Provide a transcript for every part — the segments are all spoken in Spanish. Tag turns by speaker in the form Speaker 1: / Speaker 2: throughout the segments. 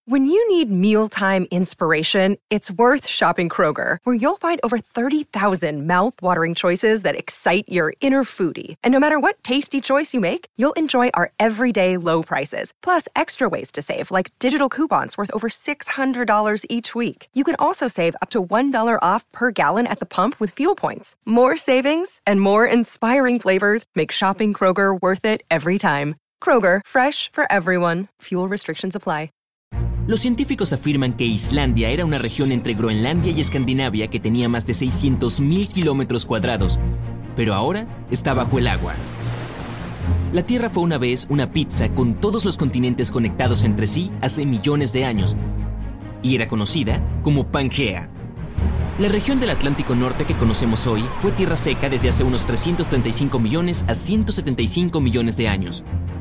Speaker 1: When you need mealtime inspiration, it's worth shopping Kroger, where you'll find over 30,000 mouth-watering choices that excite your inner foodie. And no matter what tasty choice you make, you'll enjoy our everyday low prices, plus extra ways to save, like digital coupons worth over $600 each week. You can also save up to $1 off per gallon at the pump with fuel points. More savings and more inspiring flavors make shopping Kroger worth it every time. Kroger, fresh for everyone. Fuel restrictions apply.
Speaker 2: Los científicos afirman que Islandia era una región entre Groenlandia y Escandinavia que tenía más de 600.000 kilómetros cuadrados, pero ahora está bajo el agua. La Tierra fue una vez una pizza con todos los continentes conectados entre sí hace millones de años, y era conocida como Pangea. La región del Atlántico Norte que conocemos hoy fue tierra seca desde hace unos 335 millones a 175 millones de años.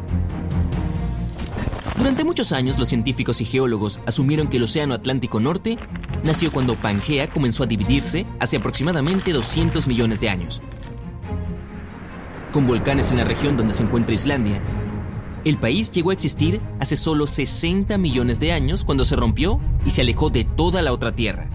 Speaker 2: Durante muchos años, los científicos y geólogos asumieron que el Océano Atlántico Norte nació cuando Pangea comenzó a dividirse hace aproximadamente 200 millones de años. Con volcanes en la región donde se encuentra Islandia, el país llegó a existir hace solo 60 millones de años cuando se rompió y se alejó de toda la otra tierra.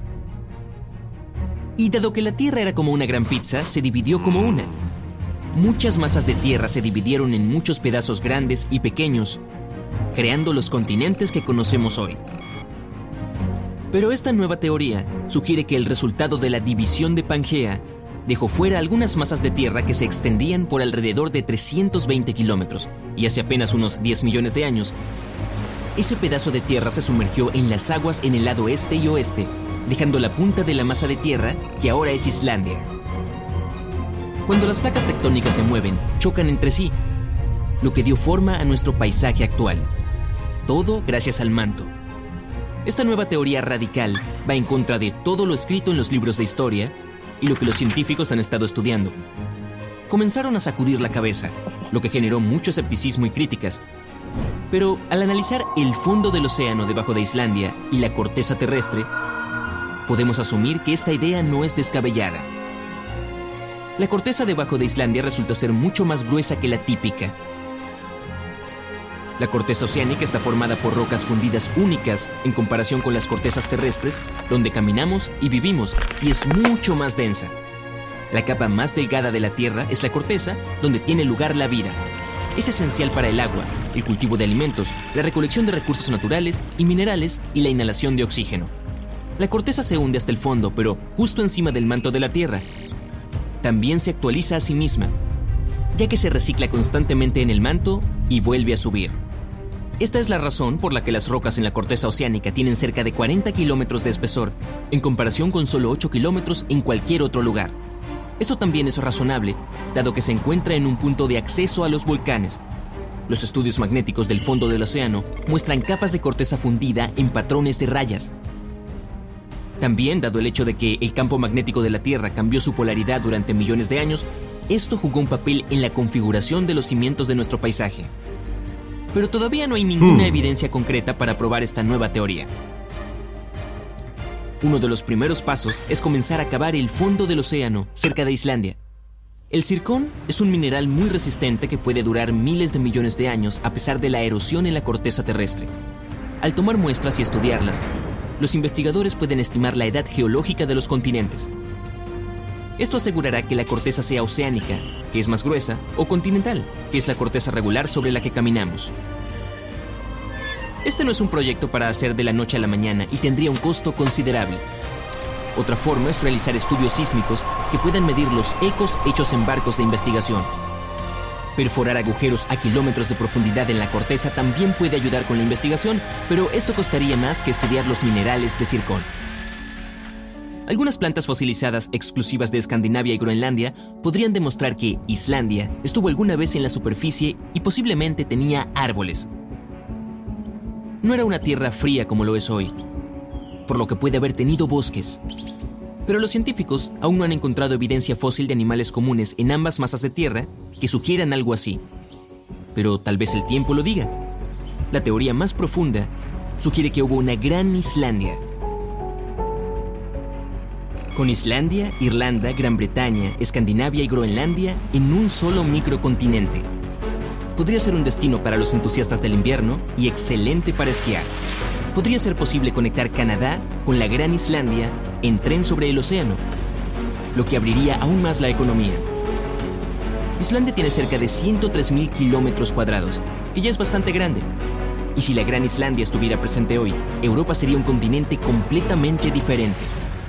Speaker 2: Y dado que la Tierra era como una gran pizza, se dividió como una. Muchas masas de tierra se dividieron en muchos pedazos grandes y pequeños, creando los continentes que conocemos hoy. Pero esta nueva teoría sugiere que el resultado de la división de Pangea dejó fuera algunas masas de tierra que se extendían por alrededor de 320 kilómetros, y hace apenas unos 10 millones de años, ese pedazo de tierra se sumergió en las aguas en el lado este y oeste, dejando la punta de la masa de tierra que ahora es Islandia. Cuando las placas tectónicas se mueven, chocan entre sí, lo que dio forma a nuestro paisaje actual. Todo gracias al manto. Esta nueva teoría radical va en contra de todo lo escrito en los libros de historia y lo que los científicos han estado estudiando. Comenzaron a sacudir la cabeza, lo que generó mucho escepticismo y críticas. Pero al analizar el fondo del océano debajo de Islandia y la corteza terrestre, podemos asumir que esta idea no es descabellada. La corteza debajo de Islandia resulta ser mucho más gruesa que la típica. La corteza oceánica está formada por rocas fundidas únicas en comparación con las cortezas terrestres, donde caminamos y vivimos, y es mucho más densa. La capa más delgada de la Tierra es la corteza, donde tiene lugar la vida. Es esencial para el agua, el cultivo de alimentos, la recolección de recursos naturales y minerales y la inhalación de oxígeno. La corteza se hunde hasta el fondo, pero justo encima del manto de la Tierra. También se actualiza a sí misma, ya que se recicla constantemente en el manto y vuelve a subir. Esta es la razón por la que las rocas en la corteza oceánica tienen cerca de 40 kilómetros de espesor, en comparación con solo 8 kilómetros en cualquier otro lugar. Esto también es razonable, dado que se encuentra en un punto de acceso a los volcanes. Los estudios magnéticos del fondo del océano muestran capas de corteza fundida en patrones de rayas. También, dado el hecho de que el campo magnético de la Tierra cambió su polaridad durante millones de años, esto jugó un papel en la configuración de los cimientos de nuestro paisaje. Pero todavía no hay ninguna evidencia concreta para probar esta nueva teoría. Uno de los primeros pasos es comenzar a cavar el fondo del océano cerca de Islandia. El zircón es un mineral muy resistente que puede durar miles de millones de años a pesar de la erosión en la corteza terrestre. Al tomar muestras y estudiarlas, los investigadores pueden estimar la edad geológica de los continentes. Esto asegurará que la corteza sea oceánica, que es más gruesa, o continental, que es la corteza regular sobre la que caminamos. Este no es un proyecto para hacer de la noche a la mañana y tendría un costo considerable. Otra forma es realizar estudios sísmicos que puedan medir los ecos hechos en barcos de investigación. Perforar agujeros a kilómetros de profundidad en la corteza también puede ayudar con la investigación, pero esto costaría más que estudiar los minerales de zircón. Algunas plantas fosilizadas exclusivas de Escandinavia y Groenlandia podrían demostrar que Islandia estuvo alguna vez en la superficie y posiblemente tenía árboles. No era una tierra fría como lo es hoy, por lo que puede haber tenido bosques. Pero los científicos aún no han encontrado evidencia fósil de animales comunes en ambas masas de tierra que sugieran algo así. Pero tal vez el tiempo lo diga. La teoría más profunda sugiere que hubo una gran Islandia. Con Islandia, Irlanda, Gran Bretaña, Escandinavia y Groenlandia en un solo microcontinente. Podría ser un destino para los entusiastas del invierno y excelente para esquiar. Podría ser posible conectar Canadá con la Gran Islandia en tren sobre el océano, lo que abriría aún más la economía. Islandia tiene cerca de 103.000 kilómetros cuadrados, que ya es bastante grande. Y si la Gran Islandia estuviera presente hoy, Europa sería un continente completamente diferente.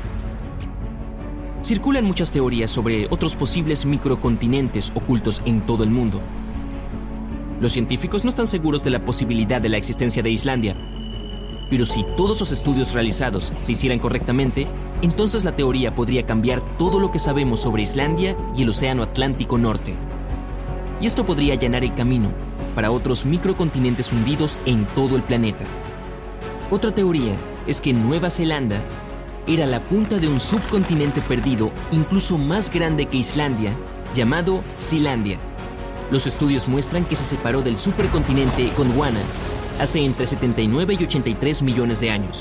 Speaker 2: Circulan muchas teorías sobre otros posibles microcontinentes ocultos en todo el mundo. Los científicos no están seguros de la posibilidad de la existencia de Islandia, pero si todos los estudios realizados se hicieran correctamente, entonces la teoría podría cambiar todo lo que sabemos sobre Islandia y el Océano Atlántico Norte. Y esto podría allanar el camino para otros microcontinentes hundidos en todo el planeta. Otra teoría es que Nueva Zelanda era la punta de un subcontinente perdido incluso más grande que Islandia, llamado Sealandia. Los estudios muestran que se separó del supercontinente Gondwana hace entre 79 y 83 millones de años.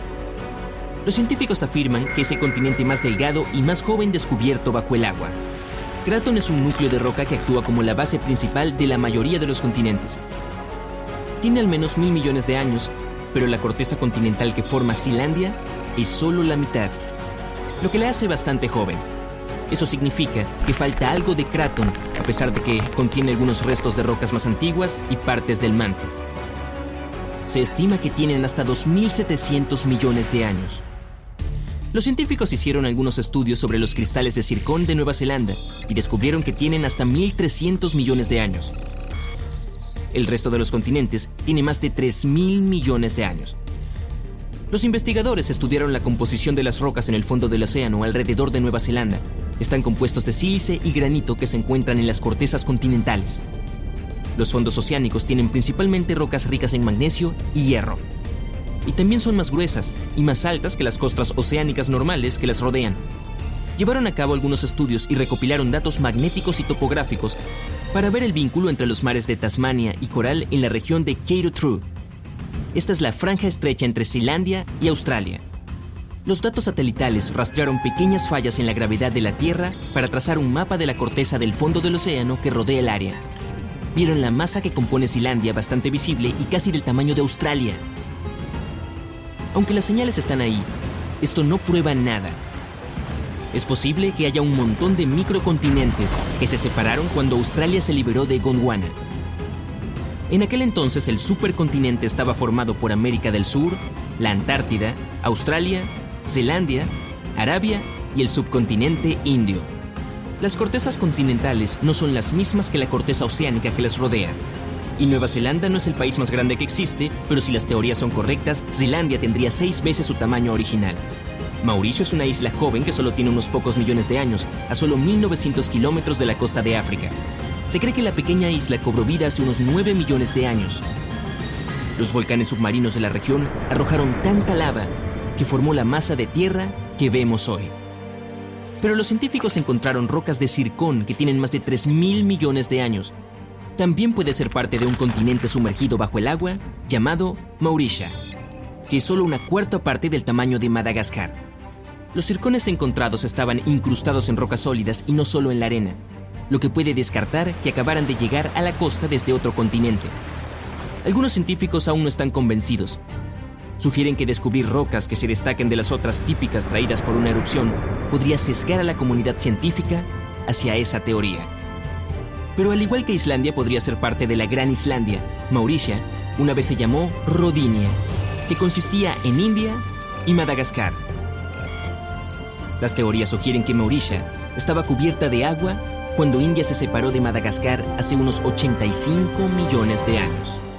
Speaker 2: Los científicos afirman que es el continente más delgado y más joven descubierto bajo el agua. Kraton es un núcleo de roca que actúa como la base principal de la mayoría de los continentes. Tiene al menos 1.000 millones de años, pero la corteza continental que forma Sealandia es solo la mitad, lo que la hace bastante joven. Eso significa que falta algo de Kraton, a pesar de que contiene algunos restos de rocas más antiguas y partes del manto. Se estima que tienen hasta 2.700 millones de años. Los científicos hicieron algunos estudios sobre los cristales de zircón de Nueva Zelanda y descubrieron que tienen hasta 1.300 millones de años. El resto de los continentes tiene más de 3.000 millones de años. Los investigadores estudiaron la composición de las rocas en el fondo del océano alrededor de Nueva Zelanda. Están compuestos de sílice y granito que se encuentran en las cortezas continentales. Los fondos oceánicos tienen principalmente rocas ricas en magnesio y hierro. Y también son más gruesas y más altas que las costras oceánicas normales que las rodean. Llevaron a cabo algunos estudios y recopilaron datos magnéticos y topográficos para ver el vínculo entre los mares de Tasmania y Coral en la región de Cape True. Esta es la franja estrecha entre Sealandia y Australia. Los datos satelitales rastrearon pequeñas fallas en la gravedad de la Tierra para trazar un mapa de la corteza del fondo del océano que rodea el área. Vieron la masa que compone Sealandia bastante visible y casi del tamaño de Australia. Aunque las señales están ahí, esto no prueba nada. Es posible que haya un montón de microcontinentes que se separaron cuando Australia se liberó de Gondwana. En aquel entonces el supercontinente estaba formado por América del Sur, la Antártida, Australia, Zelandia, Arabia y el subcontinente indio. Las cortezas continentales no son las mismas que la corteza oceánica que las rodea. Y Nueva Zelanda no es el país más grande que existe, pero si las teorías son correctas, Zelandia tendría 6 veces su tamaño original. Mauricio es una isla joven que solo tiene unos pocos millones de años, a solo 1.900 kilómetros de la costa de África. Se cree que la pequeña isla cobró vida hace unos 9 millones de años. Los volcanes submarinos de la región arrojaron tanta lava que formó la masa de tierra que vemos hoy. Pero los científicos encontraron rocas de zircón que tienen más de 3.000 millones de años. También puede ser parte de un continente sumergido bajo el agua llamado Mauritia, que es solo una cuarta parte del tamaño de Madagascar. Los zircones encontrados estaban incrustados en rocas sólidas y no solo en la arena, lo que puede descartar que acabaran de llegar a la costa desde otro continente. Algunos científicos aún no están convencidos. Sugieren que descubrir rocas que se destaquen de las otras típicas traídas por una erupción podría sesgar a la comunidad científica hacia esa teoría. Pero al igual que Islandia podría ser parte de la Gran Islandia, Mauritia una vez se llamó Rodinia, que consistía en India y Madagascar. Las teorías sugieren que Mauritia estaba cubierta de agua cuando India se separó de Madagascar hace unos 85 millones de años.